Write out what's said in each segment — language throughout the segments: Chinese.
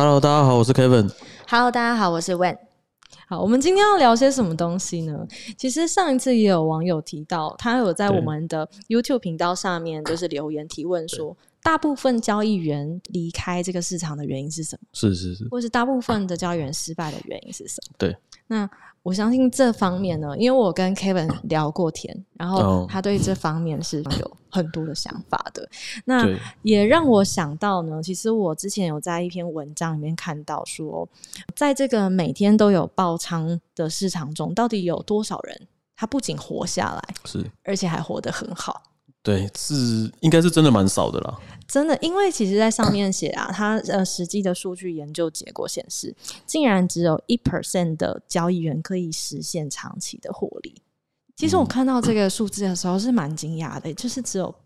Hello， 大家好，我是 Kevin。 Hello， 大家好，我是 Wen。 好，我们今天要聊些什么东西呢？其实上一次也有网友提到，他有在我们的 YouTube 频道上面就是留言提问说，大部分交易员离开这个市场的原因是什么？ 是， 或是大部分的交易员失败的原因是什么？ 对。 那我相信这方面呢，因为我跟 Kevin 聊过天，然后他对这方面是有很多的想法的。那也让我想到呢，其实我之前有在一篇文章里面看到说，在这个每天都有爆仓的市场中，到底有多少人他不仅活下来， 是而且还活得很好？ 对，是应该是真的蛮少的啦。 真的，因为其实在上面写啊，它实际的数据研究结果显示，竟然只有 1% 的交易员可以实现长期的获利。其实我看到这个数字的时候是蛮惊讶的，就是只有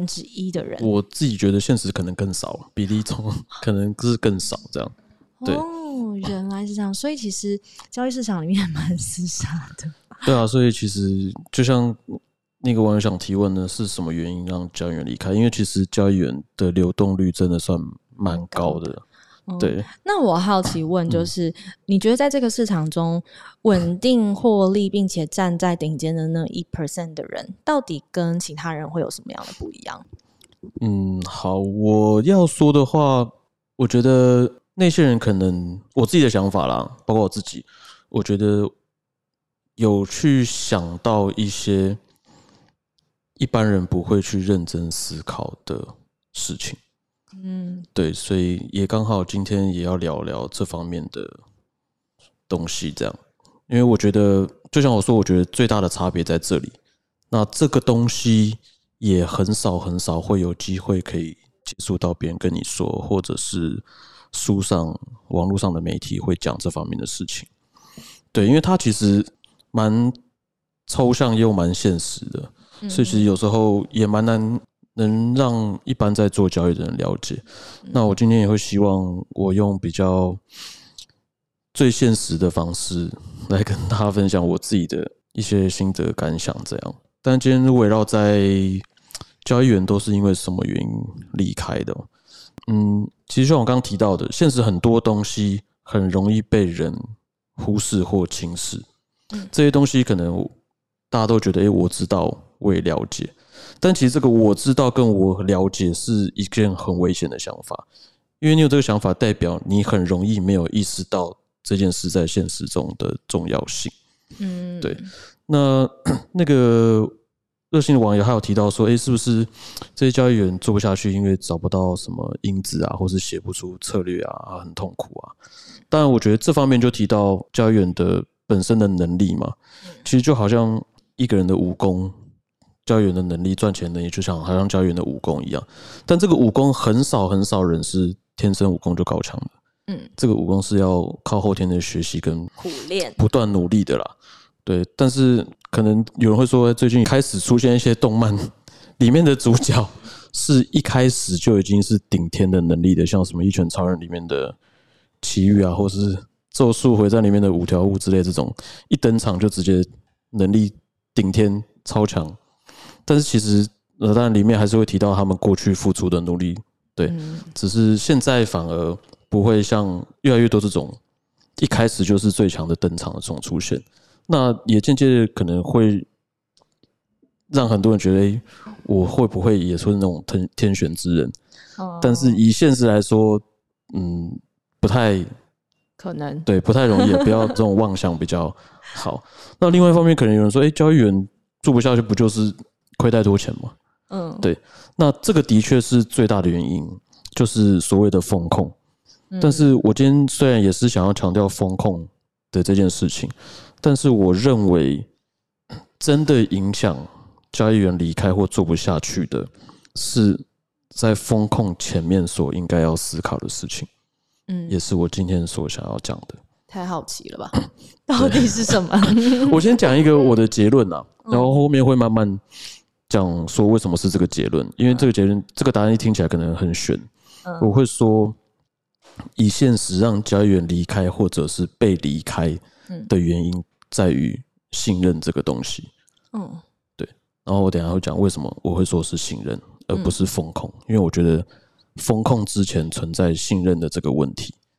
1%的人。 我自己觉得现实可能更少，比例中可能是更少这样。对哦，原来是这样，所以其实交易市场里面蛮厮杀的。 对啊，所以其实就像那个网友想提问呢，是什么原因让交易员离开？因为其实交易员的流动率真的算蛮高的。对， 那我好奇问就是，你觉得在这个市场中稳定获利并且站在顶尖的那1% 的人，到底跟其他人会有什么样的不一样？ 好，我要说的话，我觉得那些人可能我自己的想法啦，包括我自己，我觉得有去想到一些一般人不会去认真思考的事情。对，所以也刚好今天也要聊聊这方面的东西，这样，因为我觉得，就像我说，我觉得最大的差别在这里。那这个东西也很少会有机会可以接触到别人跟你说，或者是书上、网络上的媒体会讲这方面的事情。对，因为它其实蛮抽象又蛮现实的，所以其实有时候也蛮难能让一般在做交易的人了解。那我今天也会希望我用比较最现实的方式来跟大家分享我自己的一些心得感想这样。但今天围绕在交易员都是因为什么原因离开的？其实像我刚刚提到的，现实很多东西很容易被人忽视或轻视。这些东西可能大家都觉得我知道，我也了解，但其实这个我知道跟我了解是一件很危险的想法，因为你有这个想法，代表你很容易没有意识到这件事在现实中的重要性。对。那个热心的网友还有提到说，是不是这些交易员做不下去，因为找不到什么因子啊，或是写不出策略啊，很痛苦啊。当然，我觉得这方面就提到交易员的本身的能力嘛，其实就好像一个人的武功，交易员的能力、赚钱能力，就像好像交易员的武功一样。但这个武功很少人是天生武功就高强的。这个武功是要靠后天的学习跟苦练、 不断努力的啦。对，但是可能有人会说，最近开始出现一些动漫里面的主角是一开始就已经是顶天的能力的，像什么《一拳超人》里面的奇遇啊，或是《咒术回战》里面的五条悟之类，这种一登场就直接能力顶天超强。但是其实当然里面还是会提到他们过去付出的努力，对，只是现在反而不会像越来越多这种一开始就是最强的登场的这种出现。那也间接的可能会让很多人觉得，我会不会也是那种天选之人？但是以现实来说，不太可能， 对，不太容易，也不要这种妄想比较好。那另外一方面，可能有人说，交易员做不下去，不就是亏太多钱吗？对。那这个的确是最大的原因，就是所谓的风控。但是我今天虽然也是想要强调风控的这件事情。但是我认为，真的影响交易员离开或做不下去的，是在风控前面所应该要思考的事情。也是我今天所想要讲的。 太好奇了吧？到底是什么？ 我先讲一个我的结论啊，然后后面会慢慢讲说为什么是这个结论。因为这个结论，这个答案一听起来可能很玄。我会说，以现实让交易员离开或者是被离开的原因。在于信任这个东西。对。然后我等一下会讲为什么我会说是信任，而不是风控，因为我觉得风控之前存在信任的这个问题。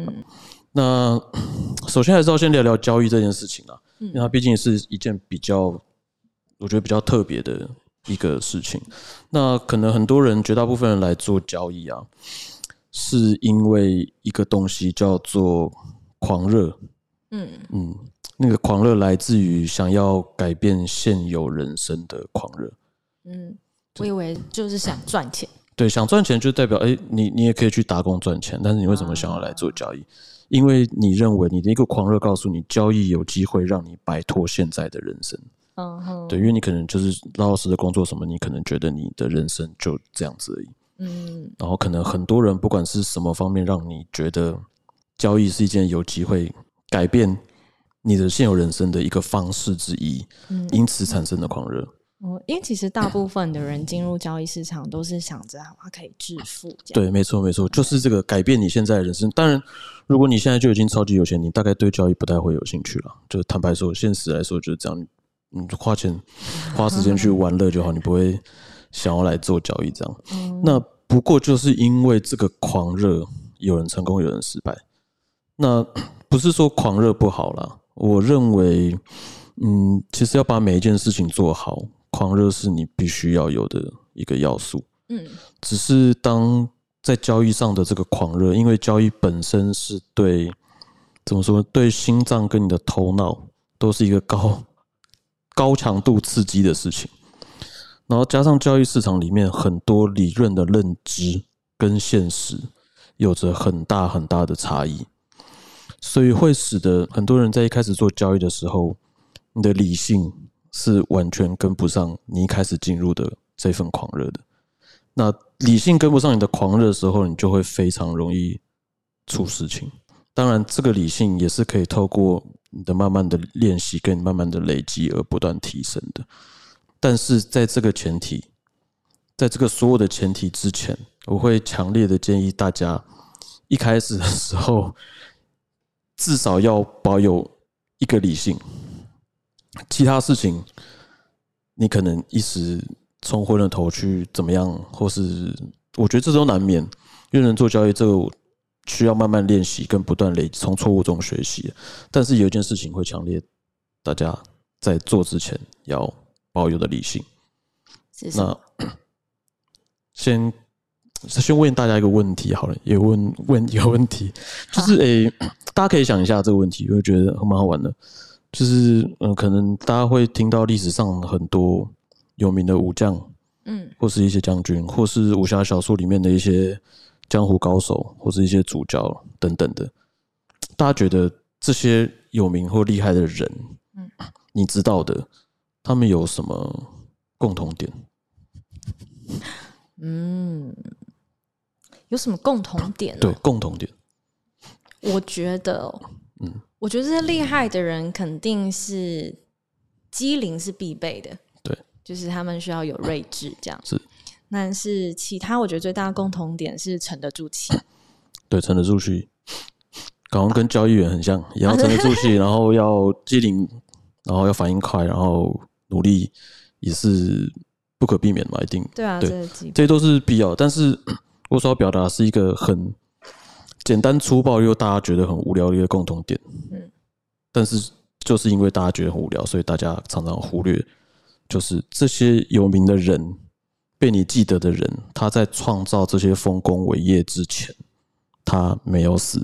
那首先还是要先聊聊交易这件事情啊，因为它毕竟是一件我觉得比较特别的一个事情。那可能很多人，绝大部分人来做交易啊，是因为一个东西叫做狂热。那个狂热来自于想要改变现有人生的狂热。 我以为就是想赚钱。 对，想赚钱就代表你也可以去打工赚钱，但是你为什么想要来做交易？因为你认为你的一个狂热告诉你，交易有机会让你摆脱现在的人生。对，因为你可能就是老老实的工作什么，你可能觉得你的人生就这样子而已。然后可能很多人不管是什么方面让你觉得交易是一件有机会改变你的现有人生的一个方式之一，因此产生的狂热。 因为其实大部分的人进入交易市场都是想着他可以致富。 对，没错没错，就是这个改变你现在的人生。当然如果你现在就已经超级有钱，你大概对交易不太会有兴趣了，就坦白说，现实来说就是这样，你就花钱花时间去玩乐就好，你不会想要来做交易这样。那不过就是因为这个狂热，有人成功有人失败。那不是说狂热不好啦，我认为其实要把每一件事情做好，狂热是你必须要有的一个要素。只是当在交易上的这个狂热，因为交易本身是对怎么说，对心脏跟你的头脑都是一个高强度刺激的事情，然后加上交易市场里面很多理论的认知跟现实有着很大很大的差异，所以会使得很多人在一开始做交易的时候，你的理性是完全跟不上你一开始进入的这份狂热的。那理性跟不上你的狂热的时候，你就会非常容易出事情。当然这个理性也是可以透过你的慢慢的练习跟你慢慢的累积而不断提升的。但是在这个前提，在这个所有的前提之前，我会强烈的建议大家一开始的时候至少要保有一个理性，其他事情你可能一时冲昏了头去怎么样，或是我觉得这都难免，因为人做交易这个需要慢慢练习跟不断累积，从错误中学习。但是有一件事情会强烈大家在做之前要保有的理性。那先问大家一个问题好了，也问一个问题，就是大家可以想一下这个问题，我觉得蛮好玩的。就是可能大家会听到历史上很多有名的武将，或是一些将军，或是武侠小说里面的一些江湖高手，或是一些主角等等的。大家觉得这些有名或厉害的人，你知道的，他们有什么共同点？ 有什么共同点？ 对，共同点。 我觉得这些厉害的人肯定是机灵是必备的， 对， 就是他们需要有睿智这样。 是， 但是其他我觉得最大的共同点是沉得住气。 对，沉得住气，好像跟交易员很像，也要沉得住气，然后要机灵，然后要反应快，然后努力也是不可避免嘛，一定。 对啊， 对，这些都是必要的。但是我所要表达的是一个很简单粗暴又大家觉得很无聊的一个共同点。但是就是因为大家觉得很无聊，所以大家常常忽略，就是这些有名的人，被你记得的人，他在创造这些丰功伟业之前，他没有死。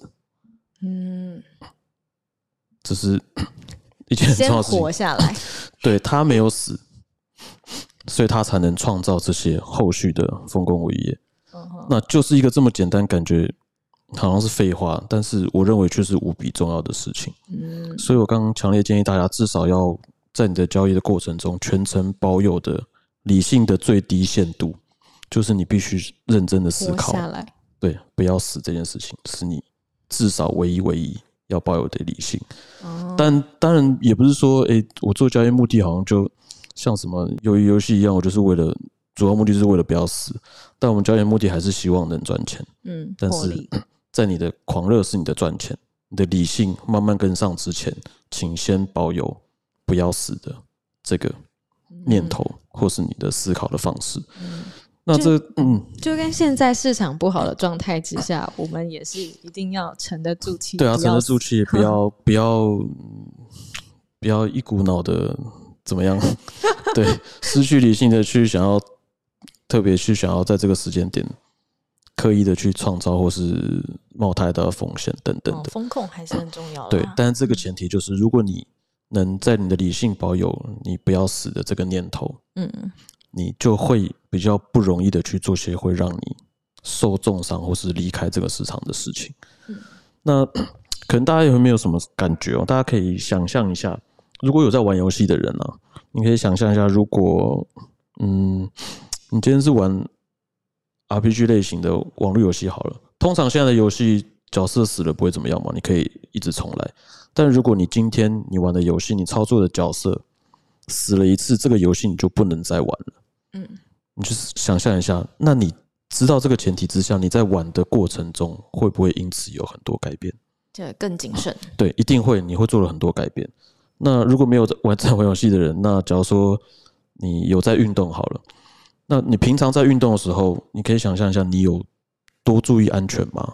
这是一件很重要的事情。 先活下来。对， 他没有死，所以他才能创造这些后续的丰功伟业。那就是一个这么简单，感觉好像是废话，但是我认为却是无比重要的事情。所以我刚刚强烈建议大家，至少要在你的交易的过程中，全程保有的理性的最低限度，就是你必须认真的思考， 活下来， 对，不要死这件事情，是你至少唯一要保有的理性。但当然也不是说，我做交易目的好像就像什么鱿鱼游戏一样，我就是为了主要目的就是为了不要死。但我们交易的目的还是希望能赚钱。但是在你的狂热是你的赚钱，你的理性慢慢跟上之前，请先保有不要死的这个念头，或是你的思考的方式。 那这就跟现在市场不好的状态之下，我们也是一定要沉得住气。 对啊，沉得住气，不要一股脑的怎么样？对，失去理性的去想要，特别去想要在这个时间点刻意的去创造或是冒太大的风险等等的。 风控还是很重要的。 对，但是这个前提就是，如果你能在你的理性保有你不要死的这个念头，你就会比较不容易的去做些会让你受重伤或是离开这个市场的事情。那可能大家有没有什么感觉哦？大家可以想象一下，如果有在玩游戏的人啊，你可以想象一下，如果你今天是玩 RPG 类型的网络游戏好了，通常现在的游戏角色死了不会怎么样嘛，你可以一直重来。但如果你今天你玩的游戏，你操作的角色死了一次，这个游戏你就不能再玩了。你就是想象一下，那你知道这个前提之下，你在玩的过程中会不会因此有很多改变？ 就更谨慎。 对，一定会，你会做了很多改变。那如果没有在玩游戏的人，那假如说你有在运动好了，那你平常在运动的时候，你可以想象一下，你有多注意安全吗？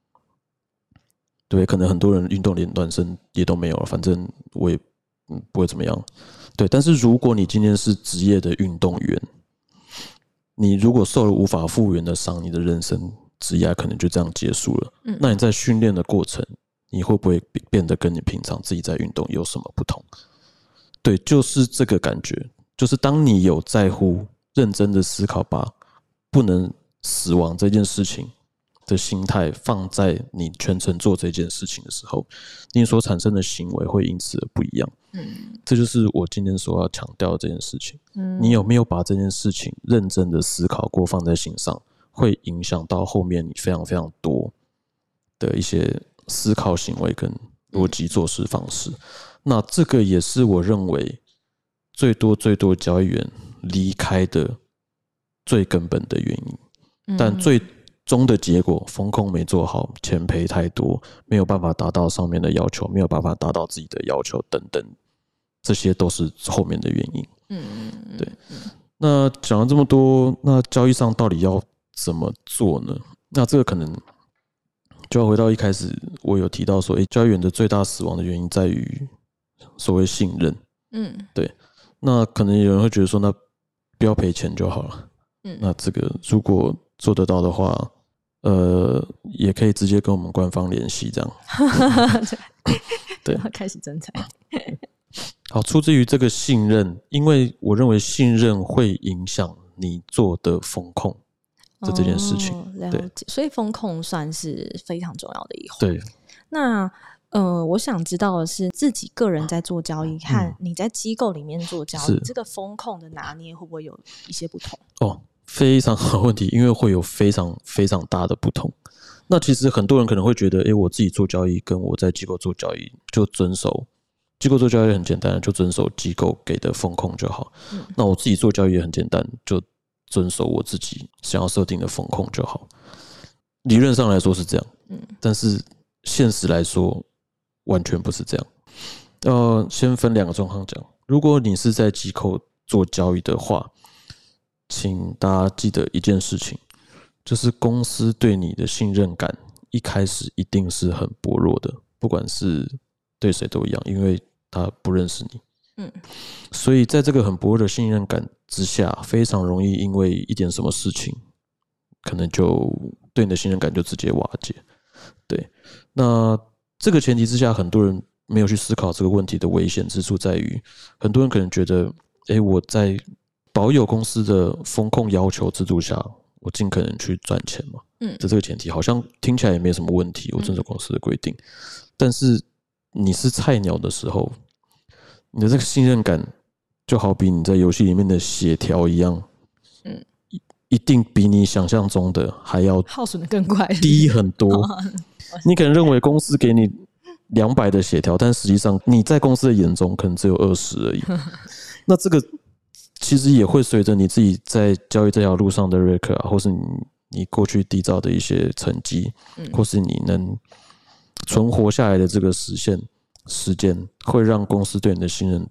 对，可能很多人运动连暖身也都没有了，反正我也不会怎么样。对，但是如果你今天是职业的运动员，你如果受了无法复原的伤，你的人生职业可能就这样结束了。那你在训练的过程，你会不会变得跟你平常自己在运动有什么不同？对，就是这个感觉，就是当你有在乎、认真的思考，把不能死亡这件事情的心态放在你全程做这件事情的时候，你所产生的行为会因此而不一样。这就是我今天所要强调的这件事情。你有没有把这件事情认真的思考过，放在心上，会影响到后面你非常非常多的一些思考行为跟逻辑做事方式。那这个也是我认为最多交易员离开的最根本的原因。但最终的结果，风控没做好，钱赔太多，没有办法达到上面的要求，没有办法达到自己的要求等等，这些都是后面的原因。对。那讲了这么多，那交易上到底要怎么做呢？那这个可能就要回到一开始我有提到说，交易员的最大死亡的原因在于所谓信任。对。那可能有人会觉得说，那不要赔钱就好了。那这个如果做得到的话，也可以直接跟我们官方联系，这样。对， 开始征才。 好，出自于这个信任，因为我认为信任会影响你做的风控的这件事情。对， 所以风控算是非常重要的一环。 对， 那我想知道的是，自己个人在做交易和你在机构里面做交易，这个风控的拿捏会不会有一些不同？ 非常好的问题，因为会有非常非常大的不同。那其实很多人可能会觉得，我自己做交易跟我在机构做交易就遵守，机构做交易很简单，就遵守机构给的风控就好。那我自己做交易也很简单，就遵守我自己想要设定的风控就好。理论上来说是这样，但是现实来说完全不是这样。先分两个状况讲，如果你是在机构做交易的话，请大家记得一件事情，就是公司对你的信任感一开始一定是很薄弱的，不管是对谁都一样，因为他不认识你。所以在这个很薄弱的信任感之下，非常容易因为一点什么事情，可能就对你的信任感就直接瓦解。对，那这个前提之下，很多人没有去思考这个问题的危险之处在于，很多人可能觉得，我在保有公司的风控要求制度下，我尽可能去赚钱嘛。这个前提好像听起来也没什么问题，我遵守公司的规定。但是你是菜鸟的时候，你的这个信任感就好比你在游戏里面的血条一样，一定比你想象中的还要耗损的更快， 低很多。你可能认为公司给你200的血条，但实际上你在公司的眼中可能只有20而已。那这个其实也会随着你自己在交易这条路上的 record 啊，或是你过去缔造的一些成绩，或是你能存活下来的这个时间，会让公司对你的信任度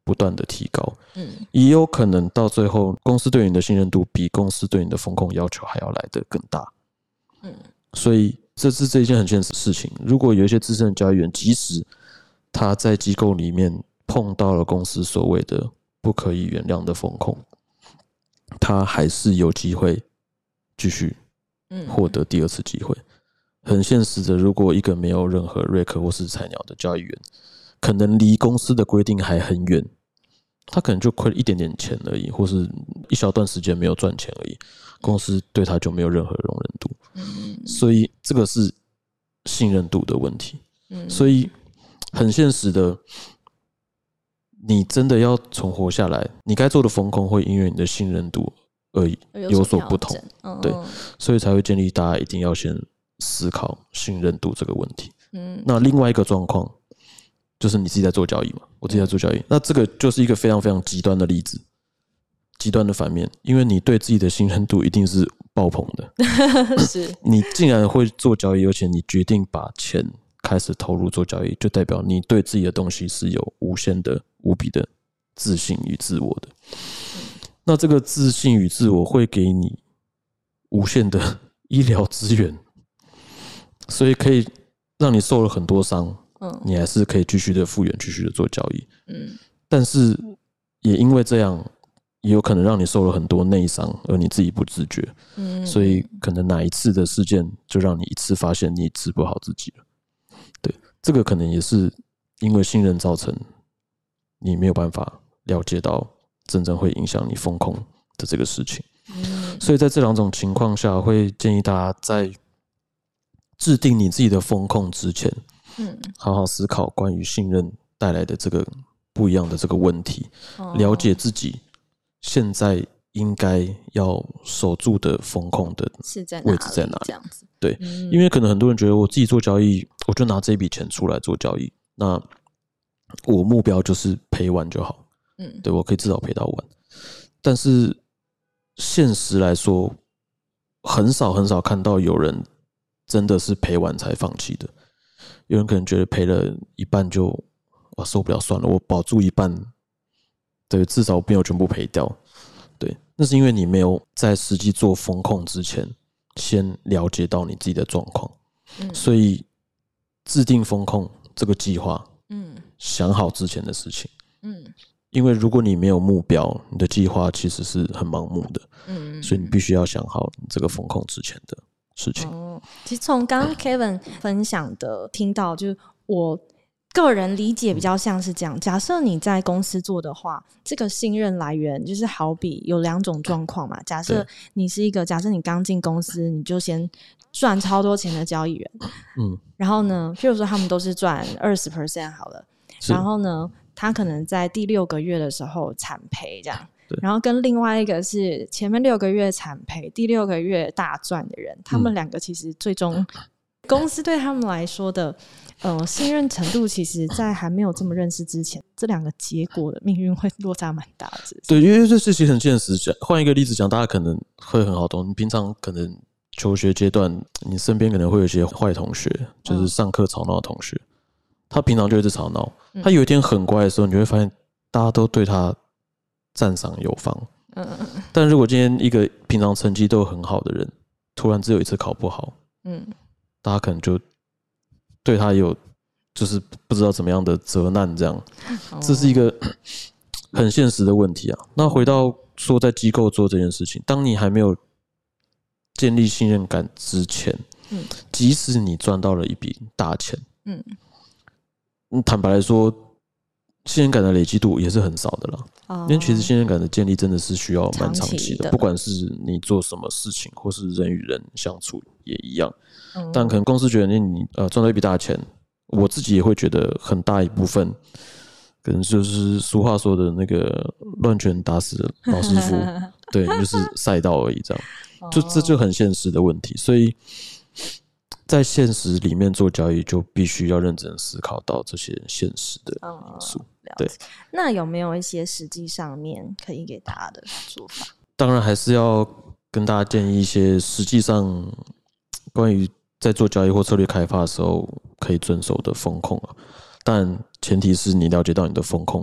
不断的提高，也有可能到最后公司对你的信任度比公司对你的风控要求还要来得更大，所以这是一件很现实的事情。如果有一些资深的交易员，即使他在机构里面碰到了公司所谓的不可以原谅的风控，他还是有机会继续获得第二次机会。很现实的，如果一个没有任何瑞克或是菜鸟的交易员，可能离公司的规定还很远，他可能就亏了一点点钱而已，或是一小段时间没有赚钱而已，公司对他就没有任何容忍度。所以这个是信任度的问题。所以很现实的，你真的要存活下来，你该做的风控会因为你的信任度而有所不同。对，所以才会建议大家一定要先思考信任度这个问题。那另外一个状况就是你自己在做交易嘛，我自己在做交易，那这个就是一个非常非常极端的例子，极端的反面，因为你对自己的信任度一定是爆棚的， 是你竟然会做交易，而且你决定把钱开始投入做交易，就代表你对自己的东西是有无限的、无比的自信与自我的。那这个自信与自我会给你无限的医疗资源，所以可以让你受了很多伤，你还是可以继续的复原，继续的做交易。但是也因为这样，也有可能让你受了很多内伤，而你自己不自觉。所以可能哪一次的事件就让你一次发现你治不好自己了。对，这个可能也是因为信任造成你没有办法了解到真正会影响你风控的这个事情。所以在这两种情况下，会建议大家在制定你自己的风控之前，好好思考关于信任带来的这个不一样的这个问题，了解自己现在应该要守住的风控的位置在哪里。这样子，对，因为可能很多人觉得我自己做交易，我就拿这笔钱出来做交易，那我目标就是赔完就好，对，我可以至少赔到完。但是现实来说，很少很少看到有人真的是赔完才放弃的。有人可能觉得赔了一半就受不了，算了，我保住一半，对，至少没有全部赔掉。对，那是因为你没有在实际做风控之前，先了解到你自己的状况。所以制定风控这个计划，想好之前的事情。因为如果你没有目标，你的计划其实是很盲目的。所以你必须要想好你这个风控之前的事情。 其实从刚刚 Kevin 分享的听到，就是我个人理解比较像是这样，假设你在公司做的话，这个信任来源就是好比有两种状况嘛。假设你是假设你刚进公司，你就先赚超多钱的交易员，然后呢，譬如说他们都是赚 20% 好了，然后呢他可能在第6个月的时候惨赔这样，然后跟另外一个是前面6个月惨赔，第6个月大赚的人，他们两个其实最终公司对他们来说的信任程度，其实在还没有这么认识之前，这两个结果的命运会落差蛮大的。 对，因为这事情很现实。换一个例子讲，大家可能会很好懂。你平常可能求学阶段，你身边可能会有一些坏同学，就是上课吵闹的同学，他平常就一直吵闹，他有一天很乖的时候，你就会发现大家都对他赞赏有方。但如果今天一个平常成绩都很好的人，突然只有一次考不好，大家可能就对他有就是不知道怎么样的责难，这样，这是一个很现实的问题啊。那回到说在机构做这件事情，当你还没有建立信任感之前，即使你赚到了一笔大钱，坦白来说，信任感的累积度也是很少的啦。因为其实信任感的建立真的是需要蛮长期的，不管是你做什么事情，或是人与人相处也一样。但可能公司觉得你赚到一笔大钱，我自己也会觉得很大一部分可能就是俗话说的那个乱拳打死老师傅，对，就是赛道而已，这样，这就很现实的问题。所以在现实里面做交易，就必须要认真思考到这些现实的因素。对， 那有没有一些实际上面可以给大家的做法？ 当然还是要跟大家建议一些实际上关于在做交易或策略开发的时候可以遵守的风控啊。但前提是你了解到你的风控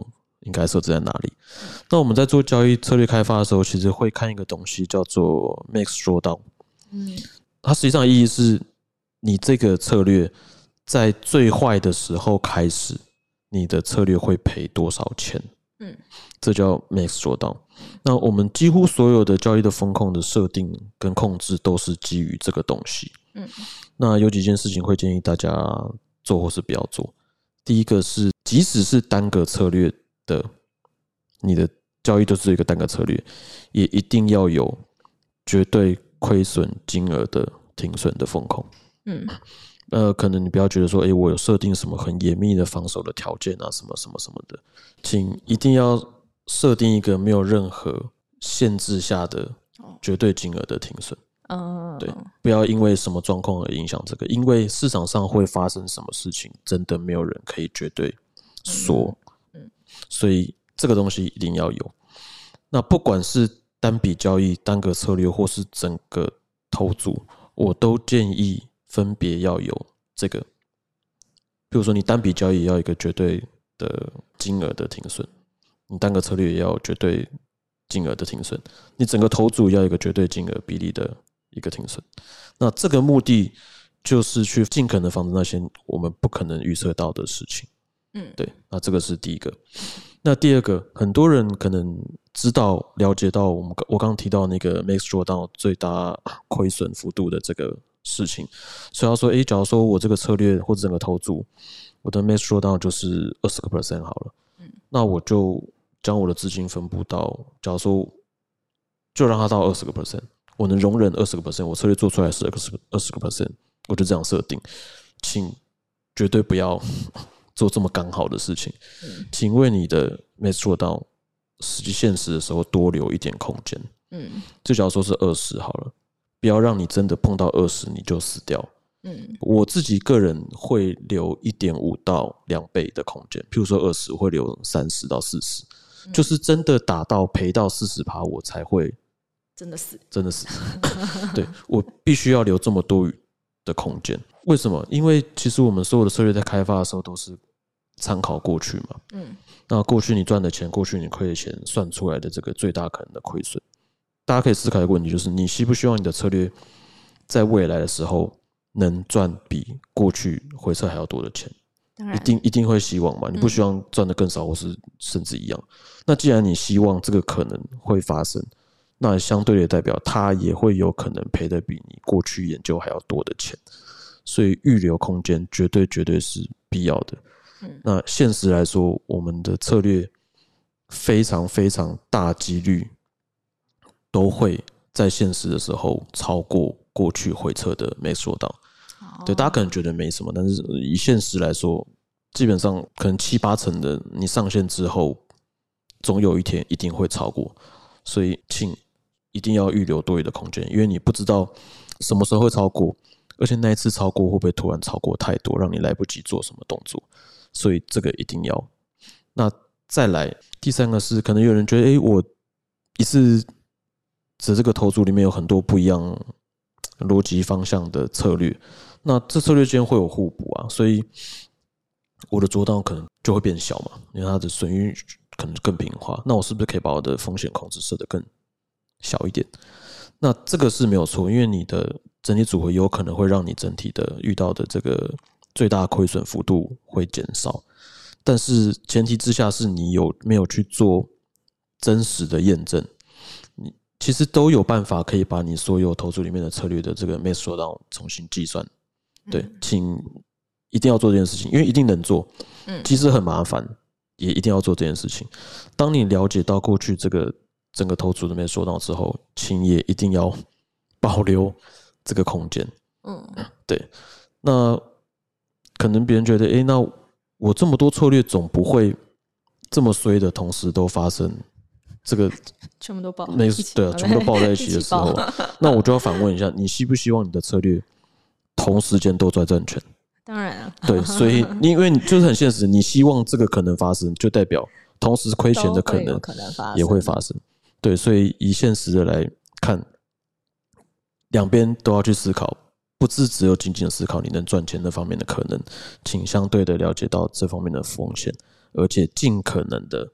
应该设置在哪里。那我们在做交易策略开发的时候，其实会看一个东西叫做 Max Drawdown。它实际上的意义是你这个策略在最坏的时候开始，你的策略会赔多少钱？这叫 Max Drawdown。那我们几乎所有的交易的风控的设定跟控制都是基于这个东西。那有几件事情会建议大家做或是不要做。第一个是，即使是单个策略的，你的交易都是一个单个策略，也一定要有绝对亏损金额的停损的风控。可能你不要觉得说，我有设定什么很严密的防守的条件啊，什么什么什么的，请一定要设定一个没有任何限制下的绝对金额的停损。对，不要因为什么状况而影响这个，因为市场上会发生什么事情，真的没有人可以绝对说。所以这个东西一定要有。那不管是单笔交易、单个策略，或是整个投组，我都建议分别要有这个。比如说，你单笔交易也要有一个绝对的金额的停损，你单个策略也要有绝对金额的停损，你整个投组要有一个绝对金额比例的一个停损。那这个目的就是去尽可能防止那些我们不可能预测到的事情。对，那这个是第一个。那第二个，很多人可能知道了解到我刚刚提到那个 Max Drawdown 最大亏损幅度的这个事情，所以要说，假如说我这个策略或者整个投组，我的 Max Drawdown 就是20% 好了，那我就将我的资金分布到，假如说就让它到20%，我能容忍20%，我策略做出来是20%，我就这样设定，请绝对不要做这么刚好的事情，请为你的 Max Drawdown 实际现实的时候多留一点空间。就假如说是20好了，不要让你真的碰到20你就死掉。我自己个人会留 1.5 到2倍的空间，譬如说20会留30到40，就是真的打到赔到40%我才会真的死。 对，我必须要留这么多余的空间。为什么？因为其实我们所有的策略在开发的时候都是参考过去嘛。那过去你赚的钱，过去你亏的钱，算出来的这个最大可能的亏损，大家可以思考一个问题，就是你希不希望你的策略在未来的时候能赚比过去回撤还要多的钱？一定会希望嘛，你不希望赚的更少，或是甚至一样。那既然你希望这个可能会发生，那相对的代表它也会有可能赔的比你过去研究还要多的钱，所以预留空间绝对是必要的。那现实来说，我们的策略非常大几率都会在现实的时候超过过去回撤的Max Drawdown。对，大家可能觉得没什么，但是以现实来说，基本上可能7-8成的你上线之后，总有一天一定会超过，所以请一定要预留多余的空间，因为你不知道什么时候会超过，而且那一次超过会不会突然超过太多，让你来不及做什么动作，所以这个一定要。那再来第三个是，可能有人觉得，我一次的这个投组里面有很多不一样逻辑方向的策略，那这策略间会有互补啊，所以我的Drawdown可能就会变小嘛，因为它的损益可能更平滑，那我是不是可以把我的风险控制设得更小一点？那这个是没有错，因为你的整体组合有可能会让你整体的遇到的这个最大亏损幅度会减少，但是前提之下是你有没有去做真实的验证，你其实都有办法可以把你所有投组里面的策略的这个 Max Drawdown 重新计算。对，请一定要做这件事情，因为一定能做，即使很麻烦，也一定要做这件事情。当你了解到过去这个整个投组的Max Drawdown之后，请也一定要保留这个空间。对，那可能别人觉得，那我这么多策略总不会这么衰的同时都发生这个全部都爆对啊，全部都爆在一起的时候，那我就要反问一下，你希不希望你的策略同时间都在挣钱？ 当然了， 对，所以因为就是很现实，你希望这个可能发生，就代表同时亏钱的可能也会发生。对，所以以现实的来看，两边都要去思考，不是只有仅仅思考你能赚钱那方面的可能，请相对的了解到这方面的风险，而且尽可能的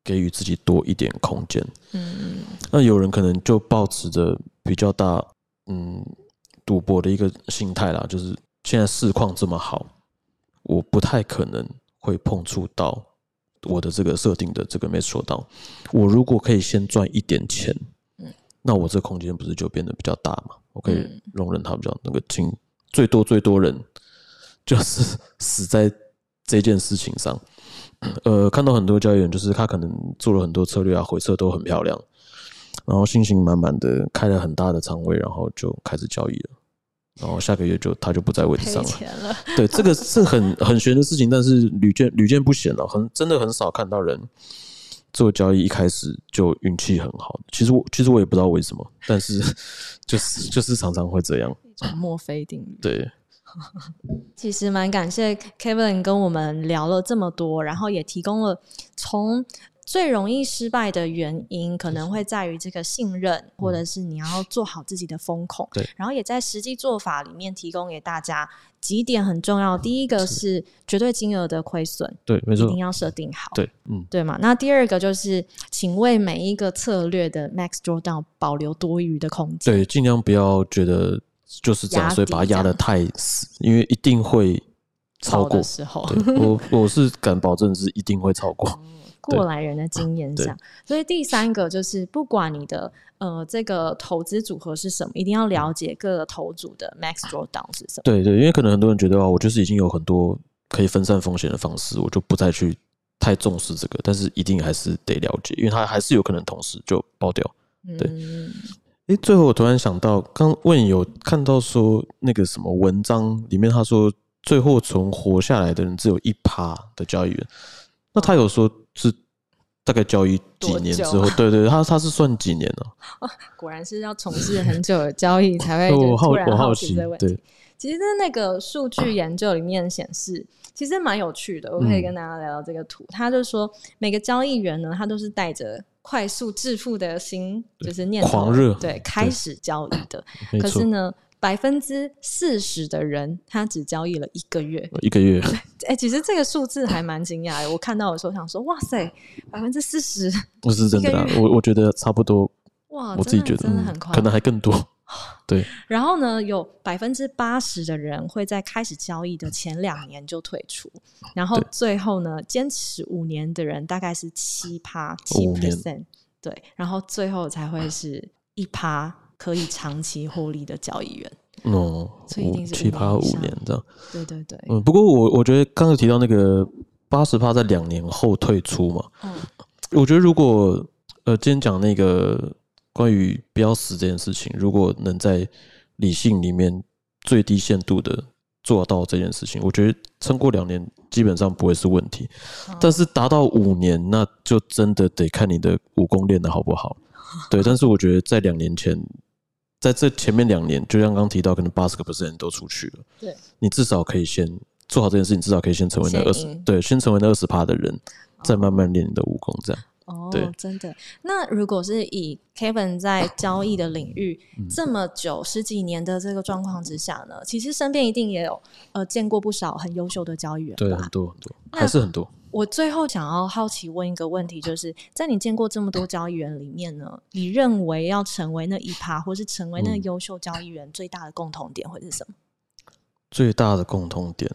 给予自己多一点空间。那有人可能就抱持着比较大赌博的一个心态啦，就是现在市况这么好，我不太可能会碰触到我的这个设定的这个 max showdown。我如果可以先赚一点钱，那我这空间不是就变得比较大嘛？我可以容忍它比较那个轻，最多人就是死在这件事情上。看到很多交易员，就是他可能做了很多策略啊，回撤都很漂亮，然后信心满满的开了很大的仓位，然后就开始交易了，然后下个月他就不在位置上了。对，这个是很玄的事情，但是屡见不鲜了，真的很少看到人做交易一开始就运气很好。其实我也不知道为什么，但是就是常常会这样。 墨菲定律。 对。 其实蛮感谢 Kevin 跟我们聊了这么多，然后也提供了从最容易失败的原因可能会在于这个信任，或者是你要做好自己的风控。 对， 然后也在实际做法里面提供给大家几点很重要。第一个是绝对金额的亏损， 对，没错， 一定要设定好。 对， 对嘛？那第二个就是请为每一个策略的 max drawdown 保留多余的空间。 对，尽量不要觉得就是这样，所以把它压得太死，因为一定会超过。对，我是敢保证是一定会超过。 过来人的经验上，所以第三个就是不管你的这个投资组合是什么，一定要了解各个投组的 max drawdown 是什么。 对，因为可能很多人觉得我就是已经有很多可以分散风险的方式，我就不再去太重视这个，但是一定还是得了解，因为它还是有可能同时就爆掉。对。最后我突然想到，刚问有看到说那个什么文章里面他说最后存活下来的人只有1%的交易员，那他有说是大概交易几年之后？对，他是算几年呢？ 果然是要从事很久的交易才会突然好奇这个问题。其实那个数据研究里面显示，其实蛮有趣的，我可以跟大家聊聊这个图。他就说每个交易员呢，他都是带着快速致富的心，就是念头狂热， 对，开始交易的。可是呢，40%的人他只交易了1个月。其实这个数字还蛮惊讶的。我看到的时候想说，哇塞，40% 不是真的啦，我觉得差不多。 哇， 我自己觉得真的很快， 可能还更多。对。 然后呢，有80%的人会在开始交易的前2年就退出，然后最后呢，坚持5年的人大概是7%，对，然后最后才会是1%可以长期获利的交易员。所以一定是 7%、5年这样。 对。 不过我觉得刚刚提到那个80%在2年后退出嘛，我觉得如果今天讲那个关于不要死这件事情，如果能在理性里面最低限度的做到这件事情，我觉得撑过2年基本上不会是问题。但是达到5年，那就真的得看你的武功练得好不好。对，但是我觉得在2年前，在这前面2年，就像刚刚提到，可能80% 人都出去了。 对， 你至少可以先做好这件事情，至少可以先成为那先成为那20%的人，再慢慢练你的武功，这样。对， 真的。那如果是以 Kevin 在交易的领域这么久10几年的这个状况之下呢，其实身边一定也有见过不少很优秀的交易员吧？ 对，很多，还是很多。 我最后想要好奇问一个问题，就是在你见过这么多交易员里面呢，你认为要成为那1%或是成为那优秀交易员最大的共同点会是什么？ 最大的共同点，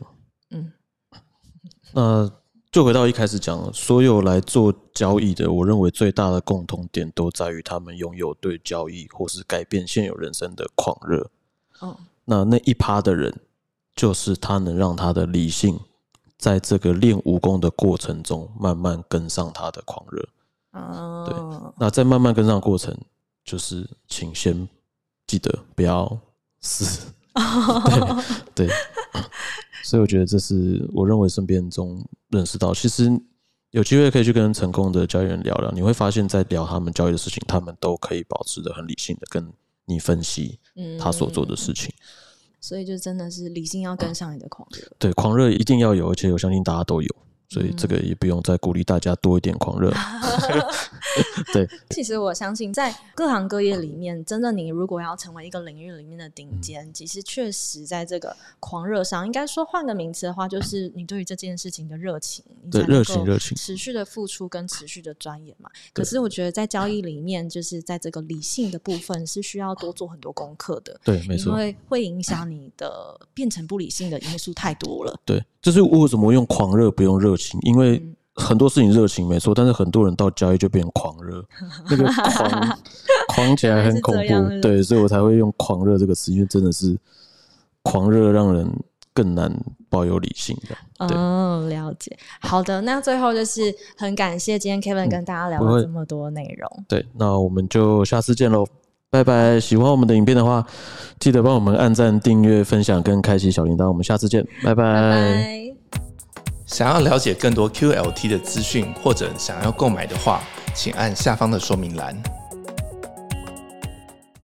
那就回到一开始讲，所有来做交易的，我认为最大的共同点都在于他们拥有对交易或是改变现有人生的狂热。那1%的人，就是他能让他的理性在这个练武功的过程中慢慢跟上他的狂热。对，那在慢慢跟上的过程，就是请先记得不要死。对，所以我觉得这是我认为身边中认识到，其实有机会可以去跟成功的交易员聊聊，你会发现在聊他们交易的事情，他们都可以保持得很理性的跟你分析他所做的事情。 所以就真的是理性要跟上你的狂热。 对，狂热一定要有，而且我相信大家都有。 所以这个也不用再鼓励大家多一点狂热。对， 其实我相信在各行各业里面，真的你如果要成为一个领域里面的顶尖，其实确实在这个狂热上，应该说换个名词的话，就是你对于这件事情的热情， 对，热情， 持续的付出跟持续的钻研嘛。可是我觉得在交易里面，就是在这个理性的部分是需要多做很多功课的。 对，没错， 因为会影响你的变成不理性的因素太多了。 对，就是为什么用狂热不用热情，因为很多事情热情没错，但是很多人到交易就变成狂热，那个狂起来很恐怖。对，所以我才会用狂热这个词，因为真的是狂热让人更难保有理性的。 了解。好的，那最后就是很感谢今天 Kevin 跟大家聊了这么多内容。 对，那我们就下次见咯，拜拜。喜欢我们的影片的话，记得帮我们按赞、订阅、分享跟开启小铃铛。我们下次见，拜拜。 拜拜。 想要了解更多 QLT 的资讯，或者想要购买的话，请按下方的说明栏。